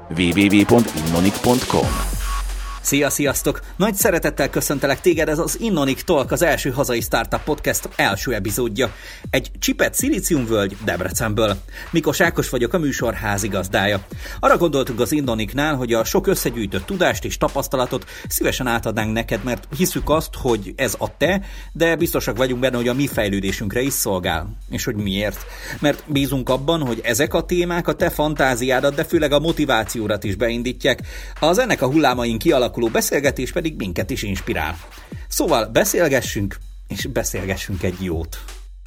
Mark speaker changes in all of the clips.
Speaker 1: www.innonic.com.
Speaker 2: Sziasztok! Nagy szeretettel köszöntelek téged, ez az Innonic Talk, az első hazai startup podcast első epizódja. Egy csipet szilíciumvölgy Debrecenből. Mikos Ákos vagyok, a műsor házigazdája. Arra gondoltunk az Innonicnál, hogy a sok összegyűjtött tudást és tapasztalatot szívesen átadnánk neked, mert hiszük azt, hogy ez a te, de biztosak vagyunk benne, hogy a mi fejlődésünkre is szolgál. És hogy miért? Mert bízunk abban, hogy ezek a témák a te fantáziádat, de főleg a motivációdat is beindítják. Az ennek a hullámain kialakuló beszélgetés pedig minket is inspirál. Szóval beszélgessünk, és beszélgessünk egy jót.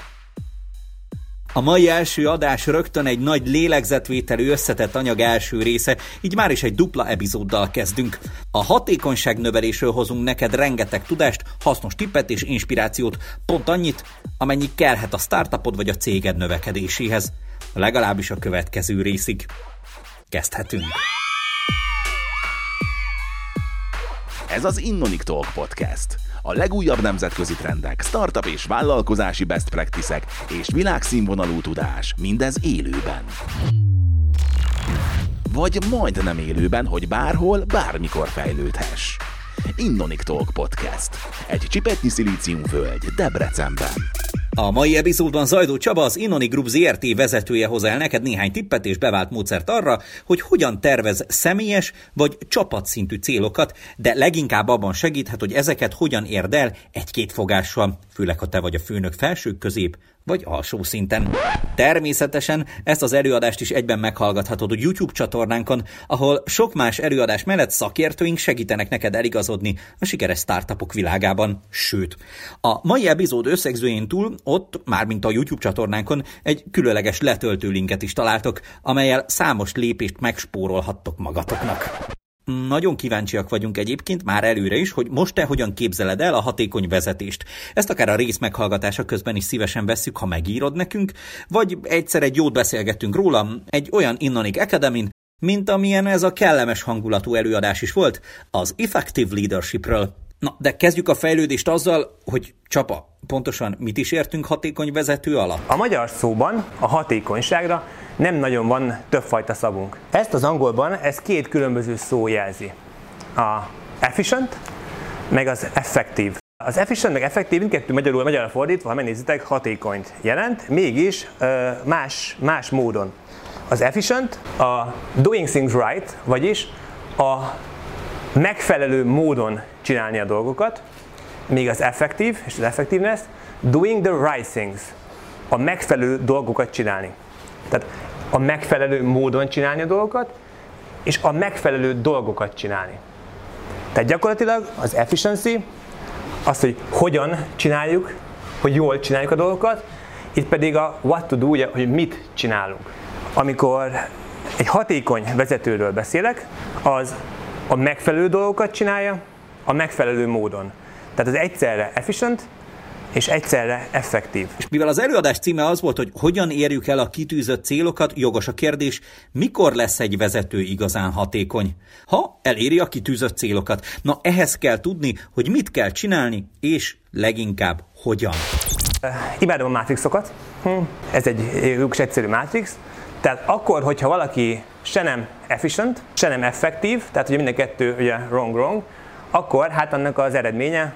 Speaker 2: A mai első adás rögtön egy nagy lélegzetvételű összetett anyag első része, így már is egy dupla epizóddal kezdünk. A hatékonyság növelésről hozunk neked rengeteg tudást, hasznos tippet és inspirációt, pont annyit, amennyi kellhet a startupod vagy a céged növekedéséhez. Legalábbis a következő részig. Kezdhetünk.
Speaker 1: Ez az Innonic Talk Podcast. A legújabb nemzetközi trendek, startup és vállalkozási best practice-ek és világszínvonalú tudás, mindez élőben. Vagy majdnem élőben, hogy bárhol, bármikor fejlődhess. Innonic Talk Podcast. Egy csipetnyi szilíciumvölgy Debrecenben.
Speaker 2: A mai epizódban Zajdó Csaba, az Innonic Group ZRT vezetője hoz el neked néhány tippet és bevált módszert arra, hogy hogyan tervez személyes vagy csapatszintű célokat, de leginkább abban segíthet, hogy ezeket hogyan érd el egy-két fogással, főleg ha te vagy a főnök felső, közép vagy alsó szinten. Természetesen ezt az előadást is egyben meghallgathatod a YouTube csatornánkon, ahol sok más előadás mellett szakértőink segítenek neked eligazodni a sikeres startupok világában. Sőt, a mai epizód összegzőjén túl ott, mármint a YouTube csatornánkon egy különleges letöltő linket is találtok, amellyel számos lépést megspórolhattok magatoknak. Nagyon kíváncsiak vagyunk egyébként már előre is, hogy most te hogyan képzeled el a hatékony vezetést. Ezt akár a rész meghallgatása közben is szívesen vesszük, ha megírod nekünk, vagy egyszer egy jót beszélgettünk róla egy olyan Innonic Academy-n, mint amilyen ez a kellemes hangulatú előadás is volt, az Effective Leadershipről. Na, de kezdjük a fejlődést azzal, hogy Csapa, pontosan mit is értünk hatékony vezető alatt?
Speaker 3: A magyar szóban a hatékonyságra nem nagyon van többfajta szavunk. Ezt az angolban két különböző szó jelzi. A efficient, meg az effective. Az efficient, meg effective mindkettő magyarra fordítva, ha megnézitek, hatékonyt jelent, mégis más módon. Az efficient a doing things right, vagyis a megfelelő módon csinálni a dolgokat, míg az effective és az effectiveness doing the right things, a megfelelő dolgokat csinálni. Tehát a megfelelő módon csinálni a dolgokat, és a megfelelő dolgokat csinálni. Tehát gyakorlatilag az efficiency, az, hogy hogyan csináljuk, hogy jól csináljuk a dolgokat, itt pedig a what to do, ugye, hogy mit csinálunk. Amikor egy hatékony vezetőről beszélek, az a megfelelő dolgokat csinálja, a megfelelő módon. Tehát az egyszerre efficient, és egyszerre effektív.
Speaker 2: És mivel az előadás címe az volt, hogy hogyan érjük el a kitűzött célokat, jogos a kérdés, mikor lesz egy vezető igazán hatékony? Ha eléri a kitűzött célokat. Na, ehhez kell tudni, hogy mit kell csinálni, és leginkább hogyan.
Speaker 3: Imádom a mátrixokat. Ez egy egyszerű mátrix. Tehát akkor, hogyha valaki se nem efficient, se nem effektív, tehát ugye minden kettő ugye wrong, akkor hát annak az eredménye,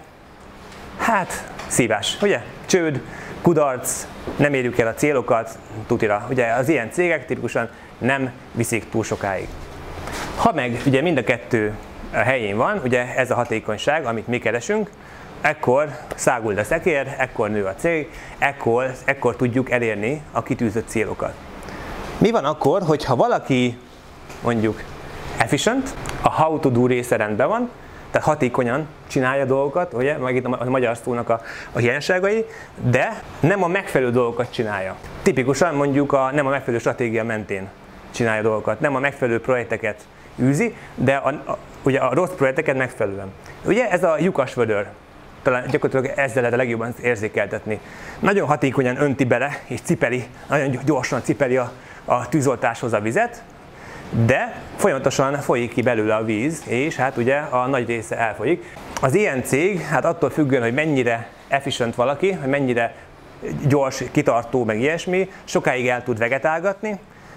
Speaker 3: szívás, ugye? Csőd, kudarc, nem érjük el a célokat, tutira. Ugye az ilyen cégek tipikusan nem viszik túl sokáig. Ha meg ugye mind a kettő helyén van, ugye ez a hatékonyság, amit mi keresünk, ekkor száguld a szekér, ekkor nő a cég, ekkor tudjuk elérni a kitűzött célokat. Mi van akkor, hogyha valaki mondjuk efficient, a how to do része rendben van, tehát hatékonyan csinálja dolgokat, ugye, meg itt a magyar szónak a hiányosságai, de nem a megfelelő dolgokat csinálja. Tipikusan mondjuk nem a megfelelő stratégia mentén csinálja dolgokat, nem a megfelelő projekteket űzi, de ugye a rossz projekteket megfelelően. Ugye ez a lyukas vödör, talán gyakorlatilag ezzel lehet a legjobban érzékeltetni. Nagyon hatékonyan önti bele és cipeli, nagyon gyorsan cipeli a tűzoltáshoz a vizet, de folyamatosan folyik ki belőle a víz, és hát ugye a nagy része elfolyik. Az ilyen cég, hát attól függően, hogy mennyire efficient valaki, hogy mennyire gyors, kitartó, meg ilyesmi, sokáig el tud vegetálgatni,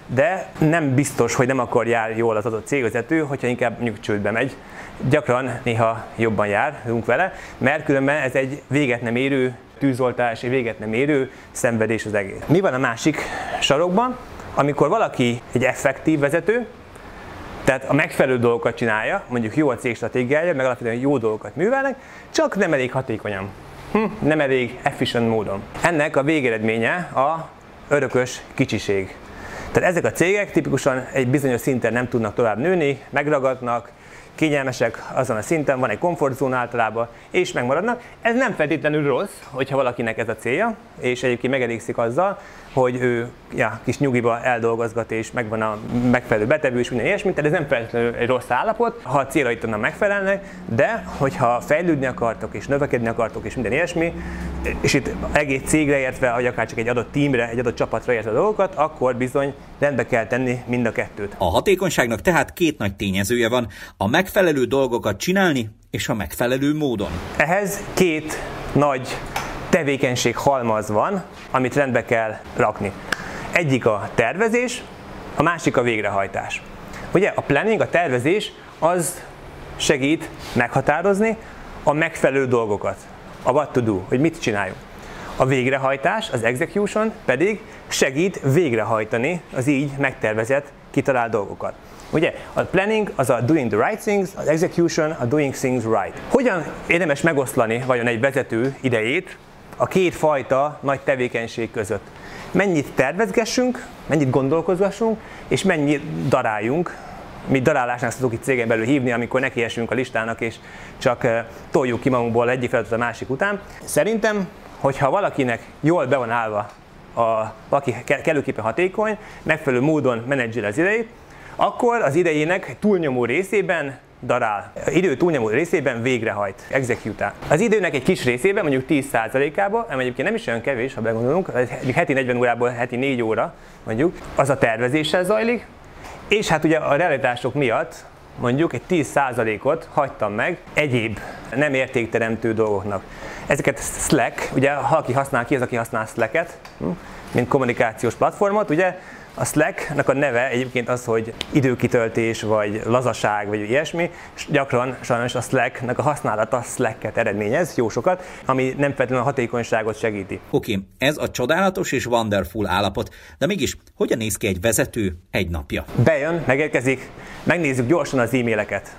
Speaker 3: de nem biztos, hogy nem akar jár jól az adott cégvezető, hogyha inkább mondjuk csődbe megy. Gyakran néha jobban járunk vele, mert különben ez egy véget nem érő tűzoltás, egy véget nem érő szenvedés az egész. Mi van a másik sarokban? Amikor valaki egy effektív vezető, tehát a megfelelő dolgokat csinálja, mondjuk jó a cég stratégiája, meg alapvetően jó dolgokat művelnek, csak nem elég hatékonyan, nem elég efficient módon. Ennek a végeredménye a örökös kicsiség. Tehát ezek a cégek tipikusan egy bizonyos szinten nem tudnak tovább nőni, megragadnak, kényelmesek azon a szinten, van egy komfortzóna általában, és megmaradnak. Ez nem feltétlenül rossz, hogyha valakinek ez a célja, és egyébként megelégszik azzal, hogy ő kis nyugiba eldolgozgat, és megvan a megfelelő betevő, és minden ilyesmit, tehát ez nem feltétlenül egy rossz állapot, ha a célraitoknak megfelelnek, de hogyha fejlődni akartok, és növekedni akartok, és minden ilyesmi, és itt egész cégre értve, vagy akár csak egy adott tímre, egy adott csapatra értve a dolgokat, akkor bizony rendbe kell tenni mind a kettőt.
Speaker 2: A hatékonyságnak tehát két nagy tényezője van, a megfelelő dolgokat csinálni, és a megfelelő módon.
Speaker 3: Ehhez két nagy tevékenység halmaz van, amit rendbe kell rakni. Egyik a tervezés, a másik a végrehajtás. Ugye a planning, a tervezés az segít meghatározni a megfelelő dolgokat, a what to do, hogy mit csináljunk. A végrehajtás, az execution pedig segít végrehajtani az így megtervezett, kitalált dolgokat. Ugye a planning az a doing the right things, az execution a doing things right. Hogyan érdemes megoszlani vajon egy vezető idejét a két fajta nagy tevékenység között? Mennyit tervezgessünk, mennyit gondolkozgassunk, és mennyit daráljunk. Mi darálásnak szoktuk itt cégen belül hívni, amikor nekiesünk a listának, és csak toljuk ki magunkból egyik feladatot a másik után. Szerintem, hogyha valakinek jól be van állva, valaki kellőképpen hatékony, megfelelő módon menedzsel az idejét, akkor az idejének túlnyomó részében darál. Idő túlnyomó részében végrehajt, executál. Az időnek egy kis részében, mondjuk 10%-ában, ami egyébként nem is olyan kevés, ha begondolunk, heti 40 órából heti 4 óra, mondjuk, az a tervezéssel zajlik, és hát ugye a realitások miatt mondjuk egy 10%-ot hagytam meg egyéb nem értékteremtő dolgoknak. Ezeket Slack, ugye ha aki használ, ki az, aki használ Slack-et, mint kommunikációs platformot, ugye a Slack-nak a neve egyébként az, hogy időkitöltés, vagy lazaság, vagy ilyesmi, és gyakran sajnos a Slack-nak a használata Slack-et eredményez, jó sokat, ami nem feltétlenül a hatékonyságot segíti.
Speaker 2: Oké, ez a csodálatos és wonderful állapot, de mégis hogyan néz ki egy vezető egy napja?
Speaker 3: Bejön, megérkezik, megnézzük gyorsan az e-maileket.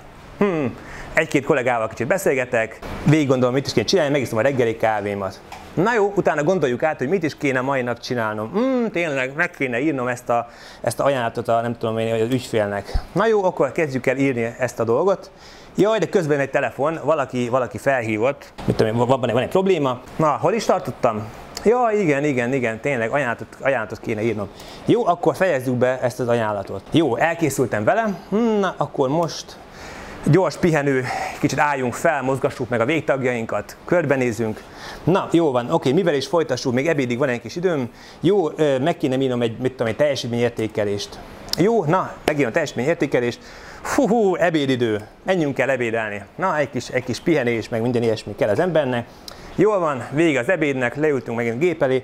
Speaker 3: Egy-két kollégával kicsit beszélgetek, végig gondolom, mit is kéne csinálni, megiszom a reggeli kávémat. Na jó, utána gondoljuk át, hogy mit is kéne mai nap csinálnom. Tényleg meg kéne írnom ezt a ajánlatot nem tudom én, az ügyfélnek. Na jó, akkor kezdjük el írni ezt a dolgot. Jaj, de közben egy telefon, valaki felhívott, mit tudom én, van egy probléma. Na, hol is tartottam? Ja, igen, tényleg ajánlatot kéne írnom. Jó, akkor fejezzük be ezt az ajánlatot. Jó, elkészültem vele, na akkor most gyors pihenő, kicsit álljunk fel, mozgassuk meg a végtagjainkat, körbenézünk. Na, jó van, oké, mivel is folytassuk, még ebédig van egy kis időm. Jó, meg kéne írnom egy teljesítményértékelést. Jó, na, megírom a teljesítményértékelést. Ebédidő, menjünk el ebédelni. Na, egy kis pihenés, meg minden ilyesmi kell az embernek. Jól van, vége az ebédnek, leültünk megint gép elé.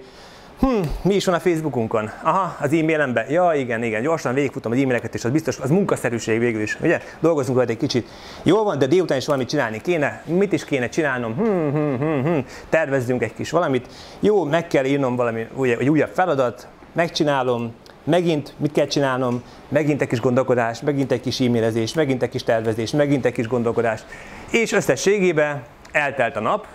Speaker 3: Mi is van a Facebookunkon? Aha, az e-mailemben. Ja, igen, gyorsan végigfutom az e-maileket, és az biztos, az munkaszerűség végül is, ugye? Dolgozunk rajta egy kicsit. Jól van, de délután is valamit csinálni kéne. Mit is kéne csinálnom? Tervezzünk egy kis valamit. Jó, meg kell írnom valami újabb feladat, megcsinálom, megint mit kell csinálnom, megint egy kis gondolkodás, megint egy kis e-mailezés, megint egy kis tervezés, megint egy kis gondolkodás. És összességében eltelt a nap,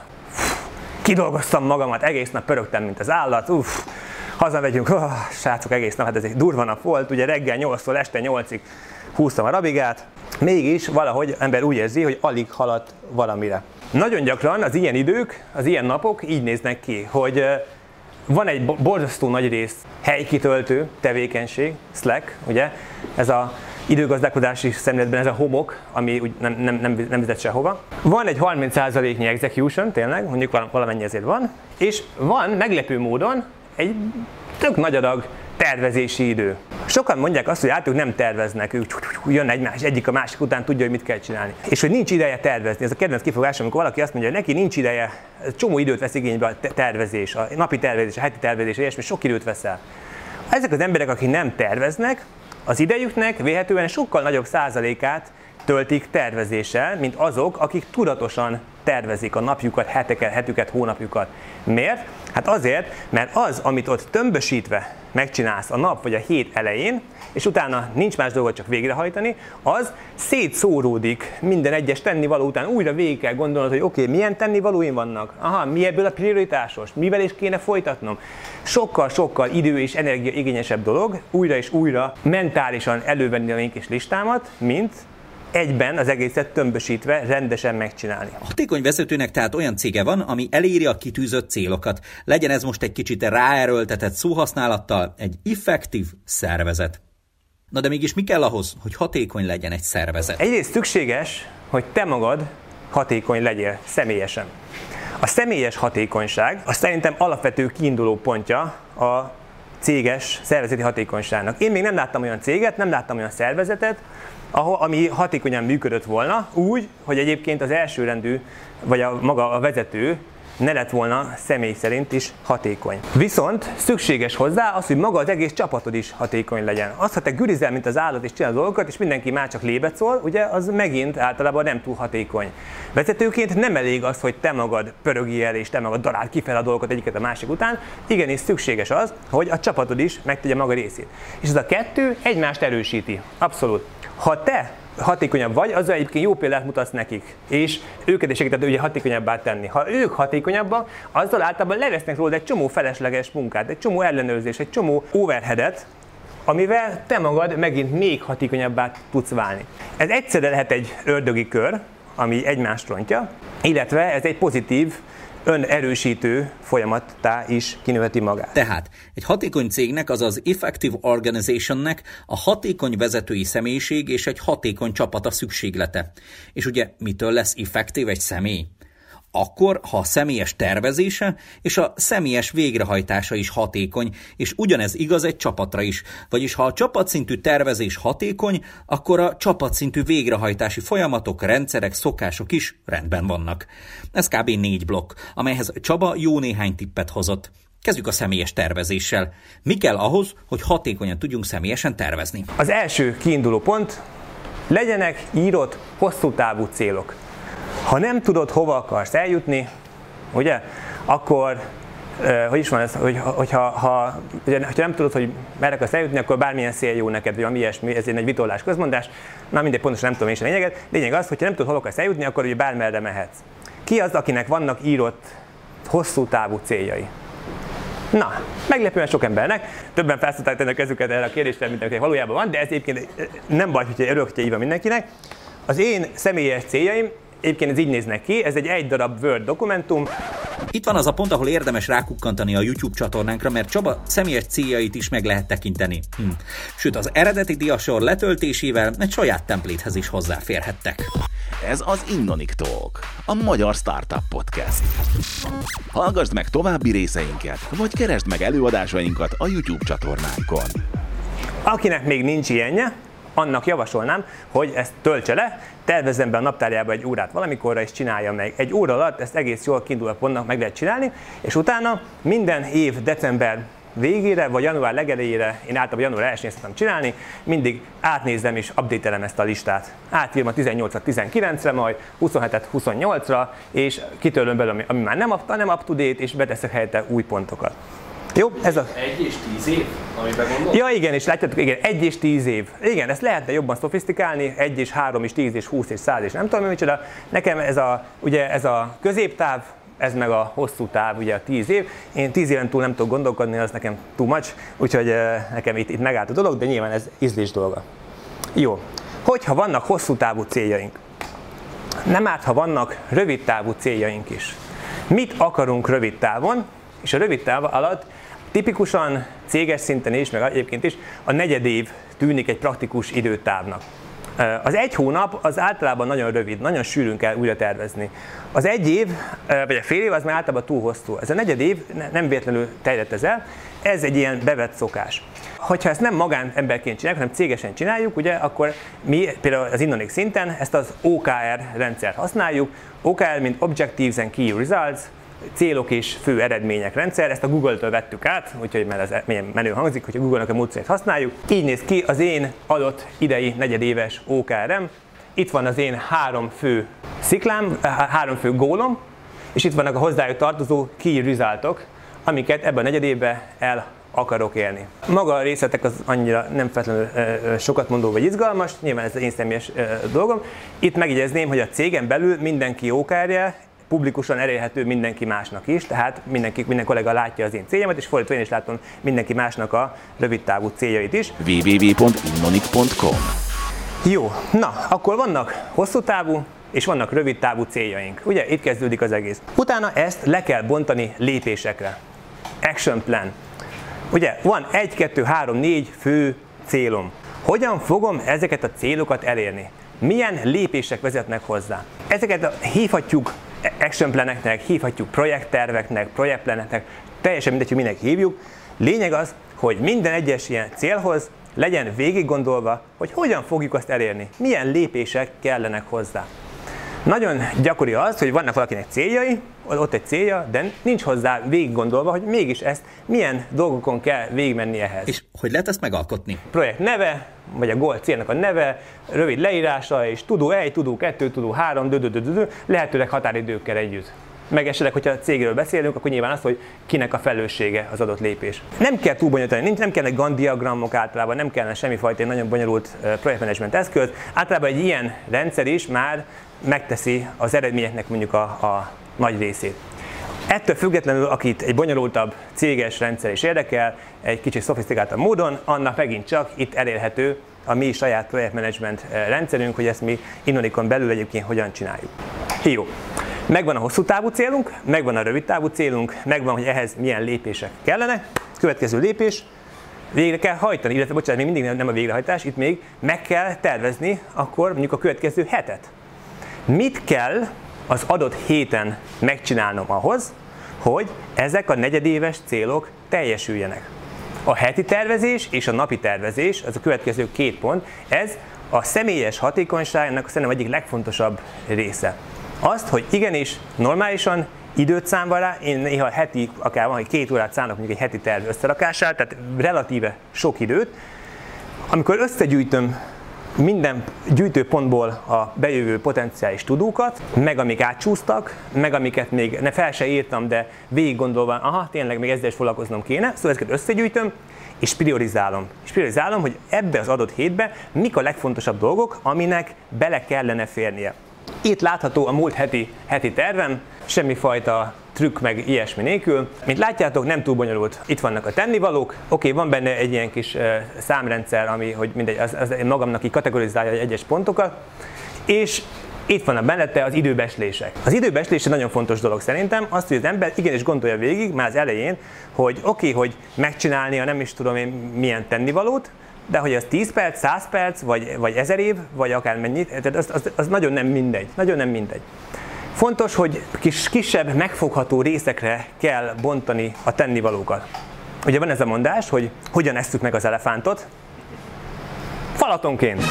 Speaker 3: kidolgoztam magamat, egész nap pörögtem, mint az állat, hazamegyünk, srácok, egész nap, hát ez egy durva nap volt, ugye reggel 8-tól este 8-ig húztam a rabigát, mégis valahogy ember úgy érzi, hogy alig haladt valamire. Nagyon gyakran az ilyen idők, az ilyen napok így néznek ki, hogy van egy borzasztó nagy rész helykitöltő tevékenység, Slack, ugye, ez a időgazdálkodási szemléletben ez a homok, ami úgy nem vezet sehova. Van egy 30%-nyi execution, tényleg, mondjuk valamennyi ezért van, és van meglepő módon egy tök nagy adag tervezési idő. Sokan mondják azt, hogy ők nem terveznek, ők jön egyik a másik után, tudja, hogy mit kell csinálni. És hogy nincs ideje tervezni. Ez a kedvenc kifogás, amikor valaki azt mondja, hogy neki nincs ideje, csomó időt vesz igénybe a tervezés, a napi tervezés, a heti tervezés, ilyesmi, sok időt vesz el. Ezek az emberek, akik nem terveznek, az idejüknek vélhetően sokkal nagyobb százalékát töltik tervezéssel, mint azok, akik tudatosan tervezik a napjukat, hetüket, hónapjukat. Miért? Hát azért, mert az, amit ott tömbösítve megcsinálsz a nap vagy a hét elején, és utána nincs más dolgot csak végrehajtani, az szétszóródik minden egyes tennivaló után. Újra végig kell gondolnod, hogy oké, milyen tennivalóim vannak? Aha, mi ebből a prioritásos? Mivel is kéne folytatnom? Sokkal-sokkal idő és energia igényesebb dolog újra és újra mentálisan elővenni a én kis listámat, mint egyben az egészet tömbösítve rendesen megcsinálni.
Speaker 2: A hatékony vezetőnek tehát olyan cége van, ami eléri a kitűzött célokat. Legyen ez most egy kicsit ráerőltetett szóhasználattal egy effektív szervezet. Na de mégis mi kell ahhoz, hogy hatékony legyen egy szervezet?
Speaker 3: Egyrészt szükséges, hogy te magad hatékony legyél személyesen. A személyes hatékonyság az szerintem alapvető kiinduló pontja a céges szervezeti hatékonyságnak. Én még nem láttam olyan céget, nem láttam olyan szervezetet, ami hatékonyan működött volna, úgy, hogy egyébként az elsőrendű, vagy maga a vezető ne lett volna személy szerint is hatékony. Viszont szükséges hozzá az, hogy maga az egész csapatod is hatékony legyen. Az, ha te gürizel, mint az állat, és csinál dolgokat, és mindenki már csak lébet szól, ugye az megint általában nem túl hatékony. Vezetőként nem elég az, hogy te magad pörögjél, és te magad daráld kifele a dolgokat egyiket a másik után, igenis szükséges az, hogy a csapatod is megtegye maga részét. És ez a kettő egymást erősíti. Abszolút. Ha te hatékonyabb vagy, azzal egyébként jó példát mutatsz nekik, és őket is segíted ugye hatékonyabbá tenni. Ha ők hatékonyabbak, azzal általában levesznek rólad egy csomó felesleges munkát, egy csomó ellenőrzés, egy csomó overheadet, amivel te magad megint még hatékonyabbá tudsz válni. Ez egyszerre lehet egy ördögi kör, ami egymást rontja, illetve ez egy pozitív, önerősítő folyamattá is kinöveti magát.
Speaker 2: Tehát egy hatékony cégnek, azaz effective organizationnek a hatékony vezetői személyiség és egy hatékony csapata szükséglete. És ugye mitől lesz effective egy személy? Akkor, ha a személyes tervezése és a személyes végrehajtása is hatékony, és ugyanez igaz egy csapatra is. Vagyis ha a csapatszintű tervezés hatékony, akkor a csapatszintű végrehajtási folyamatok, rendszerek, szokások is rendben vannak. Ez kb. 4 blokk, amelyhez Csaba jó néhány tippet hozott. Kezdjük a személyes tervezéssel. Mi kell ahhoz, hogy hatékonyan tudjunk személyesen tervezni?
Speaker 3: Az első kiinduló pont, legyenek írott hosszú távú célok. Ha nem tudod, hova akarsz eljutni, ugye, akkor, hogy is van ez, hogyha nem tudod, hogy merre akarsz eljutni, akkor bármilyen cél jó neked, vagy ami ilyesmi, ez egy vitorlás közmondás, na mindegy, pontosan nem tudom én sem lényeget. Lényeg az, hogyha nem tudod, hova akarsz eljutni, akkor ugye bármerre mehetsz. Ki az, akinek vannak írott hosszú távú céljai? Na, meglepően sok embernek, többen felszólták tenni a kezüket erre a kérdésre, mint akinek valójában van, de ez egyébként nem baj, hogyha örülök, hogyha így van mindenkinek. Az én személyes céljaim, egyébként ez így néznek ki, ez egy darab Word dokumentum.
Speaker 2: Itt van az a pont, ahol érdemes rákukkantani a YouTube csatornánkra, mert Csaba személyes céljait is meg lehet tekinteni. Sőt, az eredeti diasor letöltésével egy saját templéthez is hozzáférhettek.
Speaker 1: Ez az Innonic Talk, a magyar startup podcast. Hallgasd meg további részeinket, vagy keresd meg előadásainkat a YouTube csatornánkon.
Speaker 3: Akinek még nincs ilyenje, annak javasolnám, hogy ezt töltse le, tervezzen be a naptárjába egy órát valamikorra, és csinálja meg. Egy óra alatt ezt egész jól kiinduló pontnak meg lehet csinálni, és utána minden év december végére, vagy január legelejére, én általában január 1-én szoktam csinálni, mindig átnézem és update-elem ezt a listát. Átírom a 18-at 19-re, majd 27-et 28-ra, és kitörlöm belőle, ami már nem up-to-date, és beteszek helyette új pontokat. Jó, ez a...
Speaker 4: 1 és 10 év, amiben gondolsz?
Speaker 3: Ja, igen, és látjátok, igen, 1 és 10 év. Igen, ezt lehetne jobban szofisztikálni, 1 és 3 és 10 és 20 és 100 és nem tudom, micsoda. Nekem ez a középtáv, ez meg a hosszú táv, ugye a 10 év. Én 10 éven túl nem tudok gondolkodni, az nekem too much, úgyhogy nekem itt megállt a dolog, de nyilván ez ízlés dolga. Jó, hogyha vannak hosszú távú céljaink, nem árt, ha vannak rövid távú céljaink is. Mit akarunk rövid távon? És a rövid táv alatt tipikusan céges szinten is, meg egyébként is a negyedév tűnik egy praktikus időtávnak. Az 1 hónap az általában nagyon rövid, nagyon sűrűn kell újra tervezni. Az 1 év, vagy a fél év az már általában túl hosszú. Ez a negyedév nem véletlenül terjedt ez el, ez egy ilyen bevett szokás. Hogyha ezt nem magánemberként csináljuk, hanem cégesen csináljuk, ugye, akkor mi például az Innonic szinten ezt az OKR rendszert használjuk. OKR, mint Objectives and Key Results, célok és fő eredmények rendszer, ezt a Google-től vettük át, úgyhogy mert ez milyen menő hangzik, hogy a Google-nak a módszerét használjuk. Így néz ki az én adott idei negyedéves OKR-em. Itt van az én 3 fő sziklám, 3 fő gólom, és itt vannak a hozzájuk tartozó key resultok, amiket ebben a negyedévben el akarok érni. Maga a részletek az annyira nem feltétlenül sokat mondó vagy izgalmas, nyilván ez az én személyes dolgom. Itt megjegyezném, hogy a cégen belül mindenki OKR-je publikusan elérhető mindenki másnak is, tehát minden kollega látja az én céljamat, és fordítva én is látom mindenki másnak a rövidtávú céljait is.
Speaker 1: www.innonic.com.
Speaker 3: Jó, na, akkor vannak hosszú távú és vannak rövid távú céljaink. Ugye, itt kezdődik az egész. Utána ezt le kell bontani lépésekre. Action plan. Ugye, van 1, 2, 3, 4 fő célom. Hogyan fogom ezeket a célokat elérni? Milyen lépések vezetnek hozzá? Ezeket hívhatjuk action planeknek, hívhatjuk projektterveknek, projektplaneknek, teljesen mindegy, hogy minek hívjuk. Lényeg az, hogy minden egyes ilyen célhoz legyen végig gondolva, hogy hogyan fogjuk azt elérni, milyen lépések kellenek hozzá. Nagyon gyakori az, hogy vannak valakinek céljai, ott egy célja, de nincs hozzá végig gondolva, hogy mégis ezt milyen dolgokon kell végigmenni ehhez.
Speaker 2: És hogy lehet ezt megalkotni?
Speaker 3: Projekt neve, vagy a goal célnak a neve, rövid leírása, és tudó 1, tudó 2, tudó 3, lehetőleg határidőkkel együtt. Meg esetleg, hogyha a cégről beszélünk, akkor nyilván az, hogy kinek a felelőssége az adott lépés. Nem kell túl bonyolítani, nem kellene Gantt diagramok általában, nem kellene semmifajta nagyon bonyolult projektmenedzsment eszköz. Általában egy ilyen rendszer is már megteszi az eredményeknek mondjuk a nagy részét. Ettől függetlenül, akit egy bonyolultabb céges rendszer is érdekel, egy kicsit szofisztikáltabb módon, annak megint csak itt elérhető a mi saját projektmenedzsment rendszerünk, hogy ezt mi Innonicon belül egyébként hogyan csináljuk. Jó. Megvan a hosszú távú célunk, megvan a rövid távú célunk, megvan, hogy ehhez milyen lépések kellenek. Következő lépés, végre kell hajtani, illetve bocsánat, még mindig nem a végrehajtás, itt még meg kell tervezni akkor mondjuk a következő hetet. Mit kell az adott héten megcsinálnom ahhoz, hogy ezek a negyedéves célok teljesüljenek? A heti tervezés és a napi tervezés, az a következő 2 pont, ez a személyes hatékonyságnak szerintem egyik legfontosabb része. Azt, hogy igenis normálisan időt számva rá, én néha heti, akár van, hogy 2 órát szánok mondjuk egy heti terv összerakására, tehát relatíve sok időt. Amikor összegyűjtöm minden gyűjtőpontból a bejövő potenciális tudókat, meg amik átcsúsztak, meg amiket még fel se írtam, de végig gondolva, aha, tényleg még ezzel is foglalkoznom kéne, szóval ezeket összegyűjtöm, és priorizálom. És priorizálom, hogy ebbe az adott hétbe mik a legfontosabb dolgok, aminek bele kellene férnie. Itt látható a múlt heti tervem, semmifajta trükk meg ilyesmi nélkül. Mint látjátok, nem túl bonyolult. Itt vannak a tennivalók. Oké, van benne egy ilyen kis számrendszer, ami hogy mindegy, az magamnak így kategorizálja egyes pontokat. És itt van a bennete az időbecslések. Az időbecslés egy nagyon fontos dolog szerintem, azt, hogy az ember igenis gondolja végig már az elején, hogy oké, hogy megcsinálnia nem is tudom én milyen tennivalót, de hogy az 10 perc, 100 perc, vagy 1000 év, vagy akár mennyit, az nagyon nem mindegy. Nagyon nem mindegy. Fontos, hogy kisebb, megfogható részekre kell bontani a tennivalókat. Ugye van ez a mondás, hogy hogyan esszük meg az elefántot? Falatonként.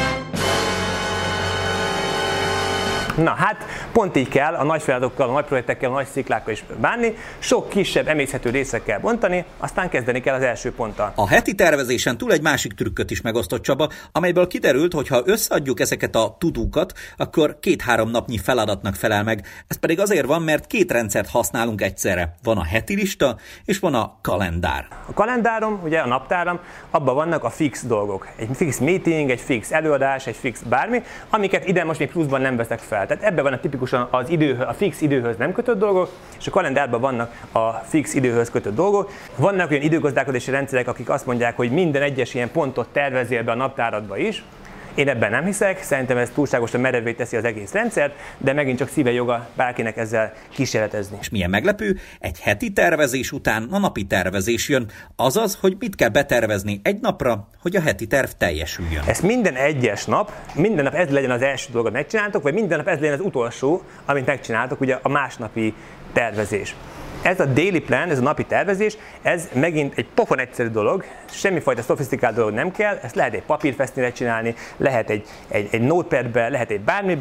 Speaker 3: Na hát, pont így kell a nagy feladatokkal, a nagy projektekkel, a nagy sziklákkal is bánni, sok kisebb emészhető részekkel bontani, aztán kezdeni kell az első ponttal.
Speaker 2: A heti tervezésen túl egy másik trükköt is megosztott Csaba, amelyből kiderült, hogy ha összeadjuk ezeket a tudókat, akkor 2-3 napnyi feladatnak felel meg. Ez pedig azért van, mert 2 rendszert használunk egyszerre. Van a heti lista, és van a kalendár.
Speaker 3: A kalendárom, ugye a naptáram, abban vannak a fix dolgok. Egy fix meeting, egy fix előadás, egy fix bármi, amiket ide most még pluszban nem veszek fel. Tehát ebben van tipikusan a fix időhöz nem kötött dolgok, és a kalendárban vannak a fix időhöz kötött dolgok. Vannak olyan időgazdálkodási rendszerek, akik azt mondják, hogy minden egyes ilyen pontot tervezzél be a naptáradba is. Én ebben nem hiszek, szerintem ez túlságosan merevé teszi az egész rendszert, de megint csak szíve joga bárkinek ezzel kísérletezni.
Speaker 2: És milyen meglepő, egy heti tervezés után a napi tervezés jön, azaz, hogy mit kell betervezni egy napra, hogy a heti terv teljesüljön.
Speaker 3: Ezt minden egyes nap, minden nap ez legyen az első dolgot megcsináltok, vagy minden nap ez legyen az utolsó, amit megcsináltok, ugye a másnapi tervezés. Ez a daily plan, ez a napi tervezés, ez megint egy pofon egyszerű dolog, semmifajta szofisztikált dolog nem kell, ezt lehet egy papírfesztényre csinálni, lehet egy notepadbe, lehet egy bármibe.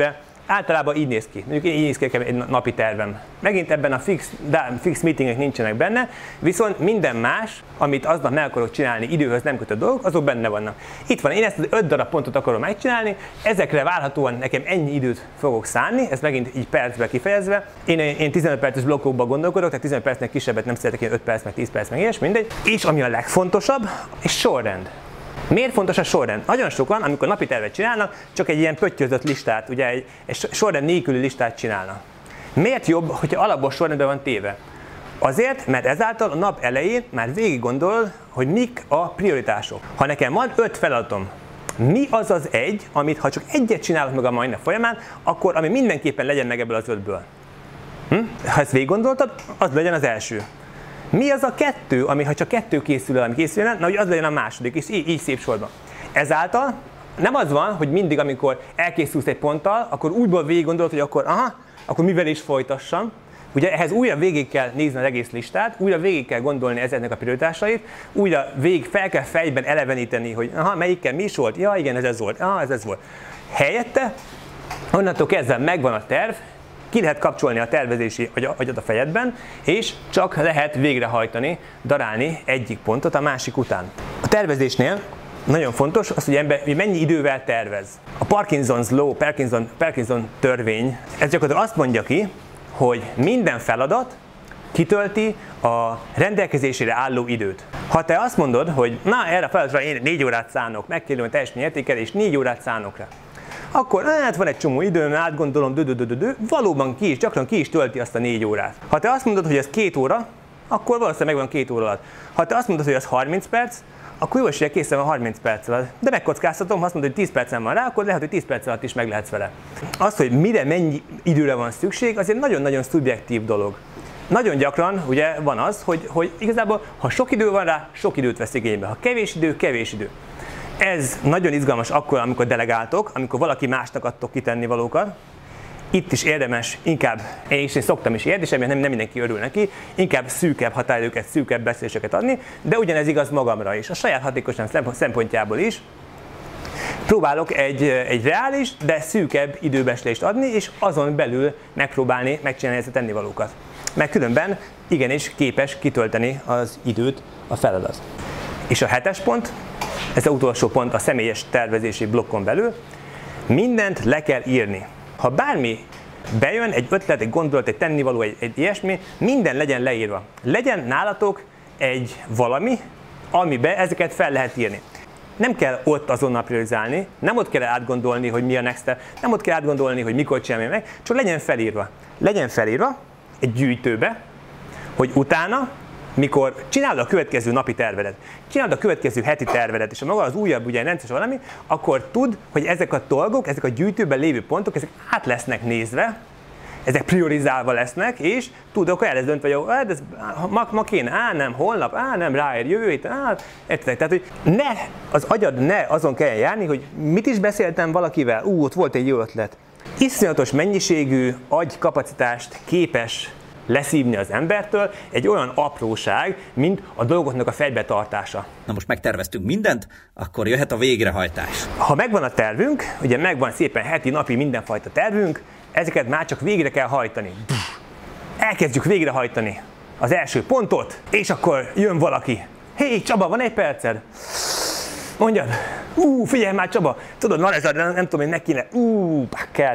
Speaker 3: Általában így néz ki. Mondjuk így néz ki egy napi tervem. Megint ebben a fix meetingek nincsenek benne, viszont minden más, amit aznap meg akarok csinálni, időhöz nem kötött dolgok, azok benne vannak. Itt van, én ezt az 5 darab pontot akarom megcsinálni, ezekre várhatóan nekem ennyi időt fogok szánni, ez megint így percbe kifejezve. Én 15 perces blokkokban gondolkodok, tehát 15 percnek kisebbet nem szeretek, én 5 perc, meg 10 perc, meg ilyes, mindegy. És ami a legfontosabb, egy sorrend. Miért fontos a sorrend? Nagyon sokan, amikor napi tervet csinálnak, csak egy ilyen pöttyözött listát, ugye egy sorrend nélküli listát csinálnak. Miért jobb, hogyha alapból sorrendben van téve? Azért, mert ezáltal a nap elején már végig gondol, hogy mik a prioritások. Ha nekem van 5 feladatom, mi az az egy, amit ha csak egyet csinálok meg a mai nap folyamán, akkor ami mindenképpen legyen meg ebből az 5-ből. Ha ezt végig gondoltad, az legyen az első. Mi az a 2, ami ha csak 2 készül el, ami készülne, na, hogy az legyen a második, és így szép sorban. Ezáltal nem az van, hogy mindig, amikor elkészülsz egy ponttal, akkor újból végig gondolod, hogy akkor mivel is folytassam. Ugye ehhez újra végig kell nézni az egész listát, újra végig kell gondolni ezeknek a prioritásait, újra fel kell fejben eleveníteni, hogy melyikkel mi is volt, ja igen, ez volt, ez volt. Helyette, onnantól kezdve megvan a terv, ki lehet kapcsolni a tervezési agyat a fejedben, és csak lehet végrehajtani, darálni egyik pontot a másik után. A tervezésnél nagyon fontos az, hogy ember mennyi idővel tervez. A Parkinson's Law, Parkinson törvény, ez gyakorlatilag azt mondja ki, hogy minden feladat kitölti a rendelkezésére álló időt. Ha te azt mondod, hogy erre a feladatra én 4 órát szánok, megkérem a teljesítmény értékelés, 4 órát szánok rá, akkor van egy csomó időm, átgondolom, valóban gyakran ki is tölti azt a 4 órát. Ha te azt mondod, hogy ez 2 óra, akkor valószínűleg megvan 2 óra alatt. Ha te azt mondod, hogy ez 30 perc, akkor jó eséllyel készen van 30 perc alatt. De megkockáztatom, ha azt mondod, hogy 10 percen van rá, akkor lehet, hogy 10 perc alatt is meg lehetsz vele. Az, hogy mire mennyi időre van szükség, az egy nagyon-nagyon szubjektív dolog. Nagyon gyakran ugye van az, hogy igazából ha sok idő van rá, sok időt vesz igénybe. Ha kevés idő, kevés idő. Ez nagyon izgalmas akkor, amikor delegáltok, amikor valaki másnak adtok kitenni valókat. Itt is érdemes inkább, én szoktam is ilyet, és nem mindenki örül neki, inkább szűkebb határidőket, szűkebb beszéléseket adni, de ugyanez igaz magamra is, a saját hatékonyság szempontjából is. Próbálok egy reális, de szűkebb időbeslést adni, és azon belül megpróbálni megcsinálni ezt a tennivalókat. Mert különben igenis képes kitölteni az időt a feladat. És a 7-es pont, ez az utolsó pont a személyes tervezési blokkon belül, mindent le kell írni. Ha bármi bejön, egy ötlet, egy gondolat, egy tennivaló, egy ilyesmi, minden legyen leírva. Legyen nálatok egy valami, amiben ezeket fel lehet írni. Nem kell ott azonnal priorizálni, nem ott kell átgondolni, hogy mi a next step, nem ott kell átgondolni, hogy mikor csinálni meg, csak legyen felírva. Legyen felírva egy gyűjtőbe, hogy utána, mikor csinálod a következő napi tervedet, csinálod a következő heti tervedet, és maga az újabb ugye rendszeres valami, akkor tudd, hogy ezek a dolgok, ezek a gyűjtőben lévő pontok, ezek át lesznek nézve, ezek priorizálva lesznek, és tudod, akkor el lesz döntve, hogy ma kéne, nem, holnap, nem, ráér, jövő héten, tehát, hogy az agyad ne azon kell járni, hogy mit is beszéltem valakivel, ott volt egy jó ötlet. Iszonyatos mennyiségű agykapacitást képes leszívni az embertől egy olyan apróság, mint a dolgoknak a fejbetartása.
Speaker 2: Na most megterveztünk mindent, akkor jöhet a végrehajtás.
Speaker 3: Ha megvan a tervünk, ugye megvan szépen heti, napi mindenfajta tervünk, ezeket már csak végre kell hajtani. Elkezdjük végrehajtani az első pontot, és akkor jön valaki. Hé, Csaba, van egy perced? Mondjad, figyelj már Csaba, tudod, van ez a, nem tudom, hogy ne kéne, kell,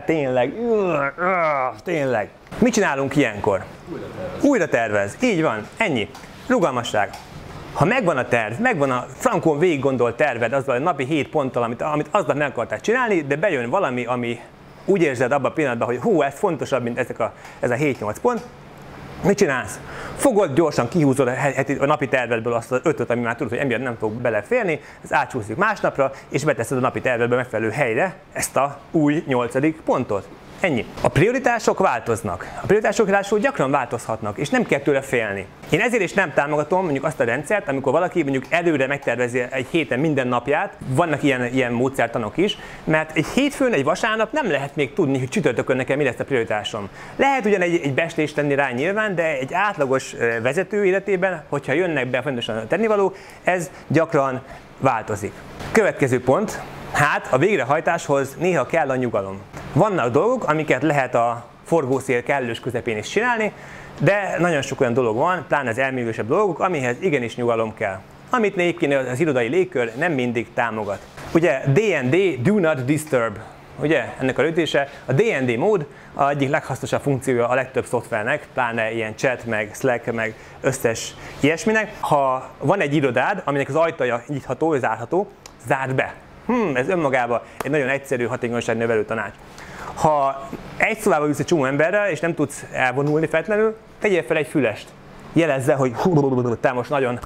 Speaker 3: tényleg. Mit csinálunk ilyenkor? Újra tervez. Így van, ennyi. Rugalmasság. Ha megvan a terv, megvan a frankon végig gondolt terved, azzal a napi 7 ponttal, amit aznap nem akartál csinálni, de bejön valami, ami úgy érzed abban a pillanatban, hogy ez fontosabb, mint ez a 7-8 pont, mit csinálsz? Fogod, gyorsan kihúzod a napi tervedből azt az 5-öt, ami már tudod, hogy emiatt nem fog beleférni, ez átsúszik másnapra, és beteszed a napi tervedbe megfelelő helyre ezt a új 8. pontot. Ennyi. A prioritások változnak. A prioritások ráadásul gyakran változhatnak, és nem kell tőle félni. Én ezért is nem támogatom mondjuk azt a rendszert, amikor valaki mondjuk előre megtervezi egy héten minden napját, vannak ilyen módszertanok is, mert egy hétfőn, egy vasárnap nem lehet még tudni, hogy csütörtökön nekem mi lesz a prioritásom. Lehet ugyan egy beslést tenni rá nyilván, de egy átlagos vezető életében, hogyha jönnek be fontosan a tennivaló, ez gyakran változik. Következő pont. A végrehajtáshoz néha kell a nyugalom. Vannak dolgok, amiket lehet a forgószél kellős közepén is csinálni, de nagyon sok olyan dolog van, pláne az elmélyülősebb dolgok, amihez igenis nyugalom kell. Amit egyébként az irodai légkör nem mindig támogat. Ugye D&D, Do Not Disturb, ugye ennek a rövidítése. A D&D mód az egyik leghasznosabb funkciója a legtöbb szoftvernek, pláne ilyen chat, meg Slack, meg összes ilyesminek. Ha van egy irodád, aminek az ajtaja nyitható, zárható, zárd be. Ez önmagában egy nagyon egyszerű hatékonyságnövelő tanács. Ha egy szobába ülsz egy csomó emberrel, és nem tudsz elvonulni feltétlenül, tegyél fel egy fülest. Jelezze, hogy te most nagyon,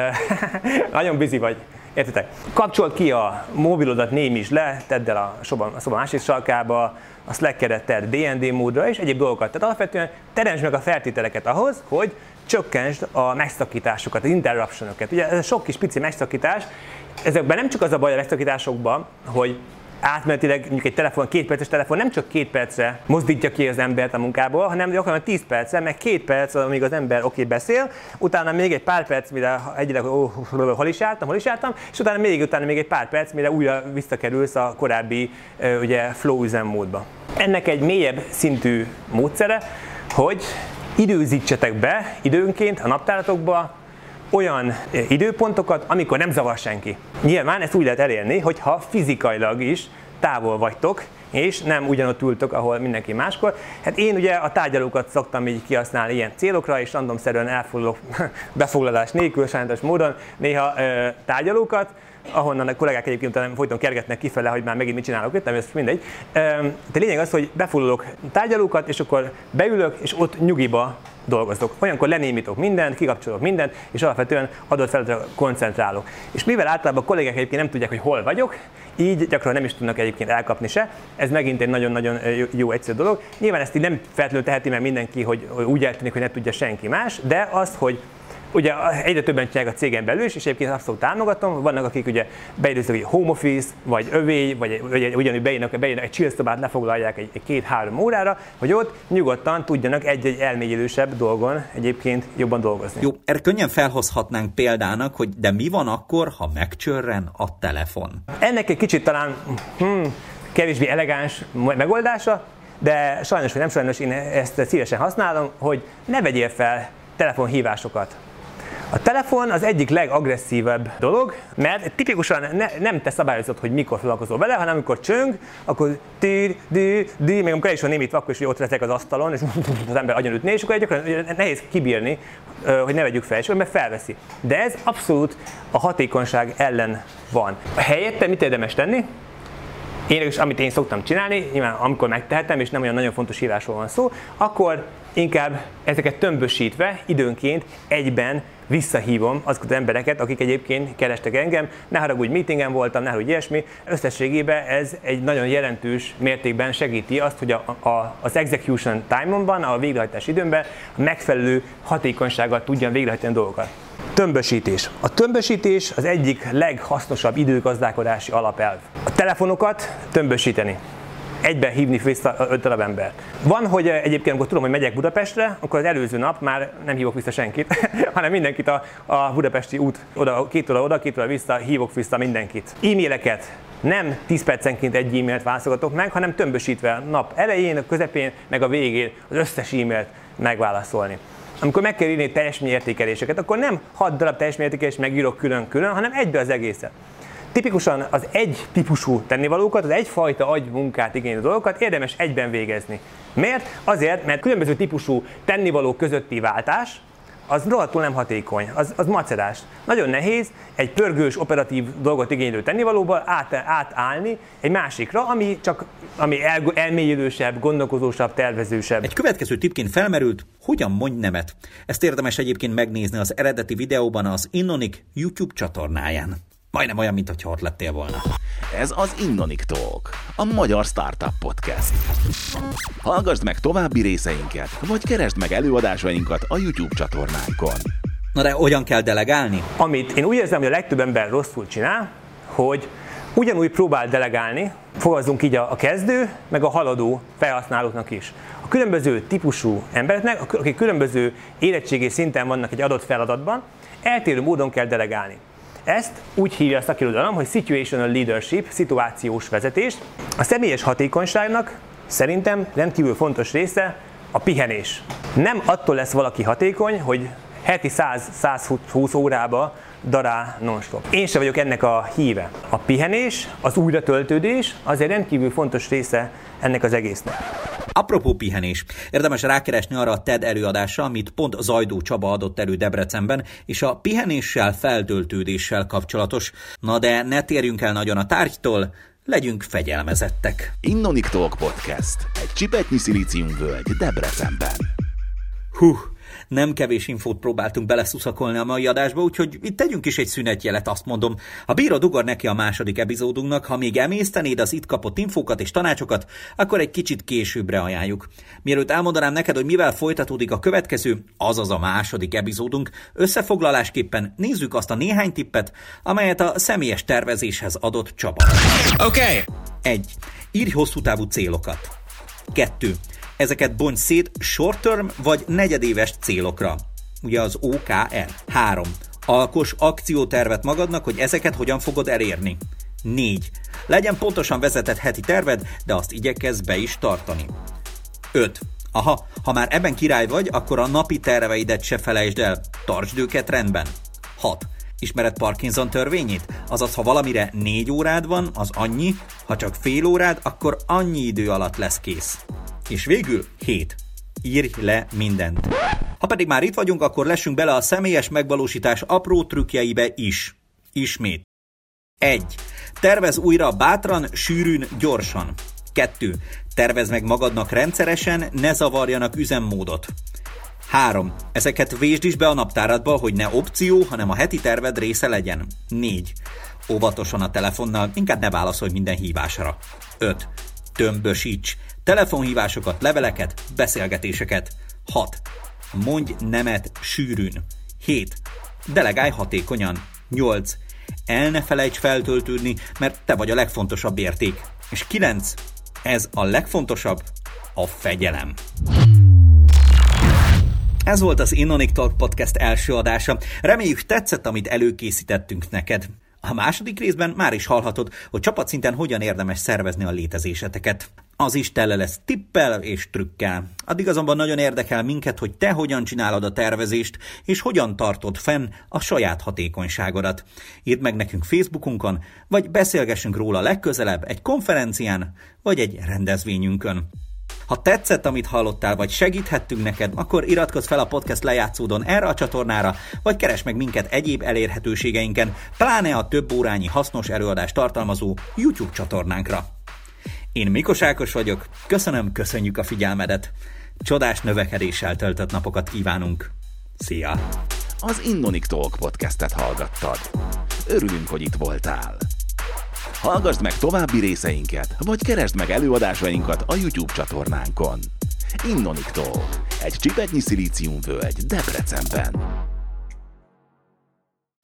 Speaker 3: nagyon busy vagy. Értitek? Kapcsold ki a mobilodat, némítsd le, tedd el a szoba másik sarkába, a Slack-edet tedd D&D módra és egyéb dolgokat. Tehát alapvetően teremtsd meg a feltételeket ahhoz, hogy csökkentsd a megszakításokat, az interruptionokat. Ugye ez a sok kis pici megszakítás, ezekben nem csak az a baj a megszakításokban, hogy átmenetileg mondjuk egy telefon, 2 perces telefon nem csak 2 percre mozdítja ki az embert a munkából, hanem gyakorlatilag 10 percre, meg 2 perc, amíg az ember beszél, utána még egy pár perc, mire egyileg hol is jártam, és utána még egy pár perc, mire újra visszakerülsz a korábbi ugye, flow üzemmódba. Ennek egy mélyebb szintű módszere, hogy időzítsetek be időnként a naptáratokba olyan időpontokat, amikor nem zavar senki. Nyilván ezt úgy lehet elérni, hogyha fizikailag is távol vagytok, és nem ugyanott ültök, ahol mindenki máskor. Hát én ugye a tárgyalókat szoktam így kihasználni ilyen célokra, és randomszerűen elfoglalok befoglalás nélkül, sajnálatos módon néha tárgyalókat, ahonnan a kollégák egyébként utána folyton kergetnek kifele, hogy már megint mit csinálok itt, nem ez mindegy. De lényeg az, hogy befoglalok tárgyalókat, és akkor beülök, és ott nyugiba dolgozok. Olyankor lenémítok mindent, kikapcsolok mindent, és alapvetően adott feladatra koncentrálok. És mivel általában a kollégák egyébként nem tudják, hogy hol vagyok, így gyakran nem is tudnak egyébként elkapni se. Ez megint egy nagyon-nagyon jó egyszerű dolog. Nyilván ezt így nem feltétlenül teheti meg mindenki, hogy úgy eltűnik, hogy ne tudja senki más, de az, hogy ugye egyre többen csinálják a cégen belül is, és egyébként abszolút támogatom. Vannak, akik ugye beidőzik, hogy home office, vagy övé, vagy ugyanúgy beírnak egy chill szobát, lefoglalják egy 2-3 órára, hogy ott nyugodtan tudjanak egy-egy elmélyülősebb dolgon egyébként jobban dolgozni.
Speaker 2: Jó, erre könnyen felhozhatnánk példának, hogy de mi van akkor, ha megcsörren a telefon?
Speaker 3: Ennek egy kicsit talán kevésbé elegáns megoldása, de sajnos vagy nem sajnos én ezt szívesen használom, hogy ne vegyél fel telefonhívásokat. A telefon az egyik legagresszívebb dolog, mert tipikusan nem te szabályozod, hogy mikor foglalkozol vele, hanem amikor csöng, akkor még amikor el is van némítva, akkor is ott rezeg az asztalon, és az ember agyonütné, és akkor gyakran nehéz kibírni, hogy ne vegyük fel, és mert felveszi. De ez abszolút a hatékonyság ellen van. Helyette mit érdemes tenni? Amit én szoktam csinálni, nyilván amikor megtehetem, és nem olyan nagyon fontos hívásról van szó, akkor inkább ezeket tömbösítve, időnként egyben visszahívom azokat az embereket, akik egyébként kerestek engem, ne haragudj, meetingen voltam, ne haragudj ilyesmi. Összességében ez egy nagyon jelentős mértékben segíti azt, hogy az execution time-omban, a végrehajtás időmben a megfelelő hatékonysággal tudjam végrehajtani dolgokat. Tömbösítés. A tömbösítés az egyik leghasznosabb időgazdálkodási alapelv. A telefonokat tömbösíteni. Egyben hívni vissza 5 darab embert. Van, hogy egyébként, amikor tudom, hogy megyek Budapestre, akkor az előző nap már nem hívok vissza senkit, hanem mindenkit a budapesti út, 2 óra oda, 2 óra vissza, hívok vissza mindenkit. E-maileket nem 10 percenként egy e-mailt válaszolgatok meg, hanem tömbösítve a nap elején, a közepén, meg a végén az összes e-mailt megválaszolni. Amikor meg kell írni teljesítményértékeléseket, akkor nem 6 darab teljesítményértékelést megírok külön-külön, hanem egybe az egészet. Tipikusan az egy típusú tennivalókat, az egyfajta agymunkát igénylő dolgokat érdemes egyben végezni. Miért? Azért, mert különböző típusú tennivalók közötti váltás az rohadtul nem hatékony, az macerás. Nagyon nehéz egy pörgős, operatív dolgot igénylő tennivalóból átállni egy másikra, ami elmélyülősebb, gondolkozósabb, tervezősebb.
Speaker 2: Egy következő tippként felmerült, hogyan mondj nemet. Ezt érdemes egyébként megnézni az eredeti videóban az Innonic YouTube csatornáján. Majdnem olyan, mintha ott lettél volna.
Speaker 1: Ez az Innonic Talk, a magyar startup podcast. Hallgasd meg további részeinket, vagy keresd meg előadásainkat a YouTube csatornánkon.
Speaker 2: Na de hogyan kell delegálni?
Speaker 3: Amit én úgy érzem, hogy a legtöbb ember rosszul csinál, hogy ugyanúgy próbál delegálni, fogalmazunk így a kezdő, meg a haladó felhasználóknak is. A különböző típusú embereknek, akik különböző érettségi szinten vannak egy adott feladatban, eltérő módon kell delegálni. Ezt úgy hívja a szakirodalom, hogy situational leadership, szituációs vezetés. A személyes hatékonyságnak szerintem rendkívül fontos része a pihenés. Nem attól lesz valaki hatékony, hogy heti 100-120 órába darál non-stop. Én sem vagyok ennek a híve. A pihenés, az újratöltődés az egy rendkívül fontos része ennek az egésznek.
Speaker 2: Apropó pihenés, érdemes rákeresni arra a TED előadásra, amit pont Zajdó Csaba adott elő Debrecenben, és a pihenéssel, feltöltődéssel kapcsolatos. Na de ne térjünk el nagyon a tárgytól, legyünk fegyelmezettek.
Speaker 1: Innonic Talk Podcast. Egy csipetnyi szilíciumvölgy Debrecenben.
Speaker 2: Nem kevés infót próbáltunk beleszuszakolni a mai adásba, úgyhogy itt tegyünk is egy szünetjelet, azt mondom. Ha bírod, ugor neki a második epizódunknak, ha még emésztenéd az itt kapott infókat és tanácsokat, akkor egy kicsit későbbre ajánljuk. Mielőtt elmondanám neked, hogy mivel folytatódik a következő, azaz a második epizódunk, összefoglalásképpen nézzük azt a néhány tippet, amelyet a személyes tervezéshez adott Csaba.
Speaker 5: Okay.
Speaker 2: 1. Írj hosszú távú célokat. 2. Ezeket bonts szét short-term vagy negyedéves célokra. Ugye az OKR. 3. Alkoss akciótervet magadnak, hogy ezeket hogyan fogod elérni. 4. Legyen pontosan vezetett heti terved, de azt igyekezz be is tartani. 5. Ha már ebben király vagy, akkor a napi terveidet se felejtsd el. Tartsd őket rendben. 6. Ismered Parkinson törvényét? Azaz, ha valamire 4 órád van, az annyi, ha csak fél órád, akkor annyi idő alatt lesz kész. És végül 7. Írj le mindent. Ha pedig már itt vagyunk, akkor lessünk bele a személyes megvalósítás apró trükkjeibe is. Ismét. 1. Tervezz újra bátran, sűrűn, gyorsan. 2. Tervezd meg magadnak rendszeresen, ne zavarjanak üzemmódot. 3. Ezeket vésd is be a naptáradba, hogy ne opció, hanem a heti terved része legyen. 4. Óvatosan a telefonnal, inkább ne válaszolj minden hívásra. 5. Tömbösíts. Telefonhívásokat, leveleket, beszélgetéseket. 6. Mondj nemet sűrűn. 7. Delegálj hatékonyan. 8. El ne felejts feltöltődni, mert te vagy a legfontosabb érték. És 9. Ez a legfontosabb, a fegyelem. Ez volt az Innonic Talk Podcast első adása. Reméljük tetszett, amit előkészítettünk neked. A második részben már is hallhatod, hogy csapatszinten hogyan érdemes szervezni a létezéseteket. Az is tele lesz tippel és trükkel. Addig azonban nagyon érdekel minket, hogy te hogyan csinálod a tervezést, és hogyan tartod fenn a saját hatékonyságodat. Írd meg nekünk Facebookunkon, vagy beszélgessünk róla legközelebb egy konferencián, vagy egy rendezvényünkön. Ha tetszett, amit hallottál, vagy segíthettünk neked, akkor iratkozz fel a podcast lejátszódon erre a csatornára, vagy keresd meg minket egyéb elérhetőségeinken, pláne a több órányi hasznos előadást tartalmazó YouTube csatornánkra. Én Mikos Ákos vagyok, köszönjük a figyelmedet. Csodás növekedéssel töltött napokat kívánunk. Szia!
Speaker 1: Az Innonic Talk Podcastet hallgattad. Örülünk, hogy itt voltál. Hallgassd meg további részeinket, vagy keresd meg előadásainkat a YouTube csatornánkon. Innonic Talk, egy csipetnyi szilíciumvölgy Debrecenben.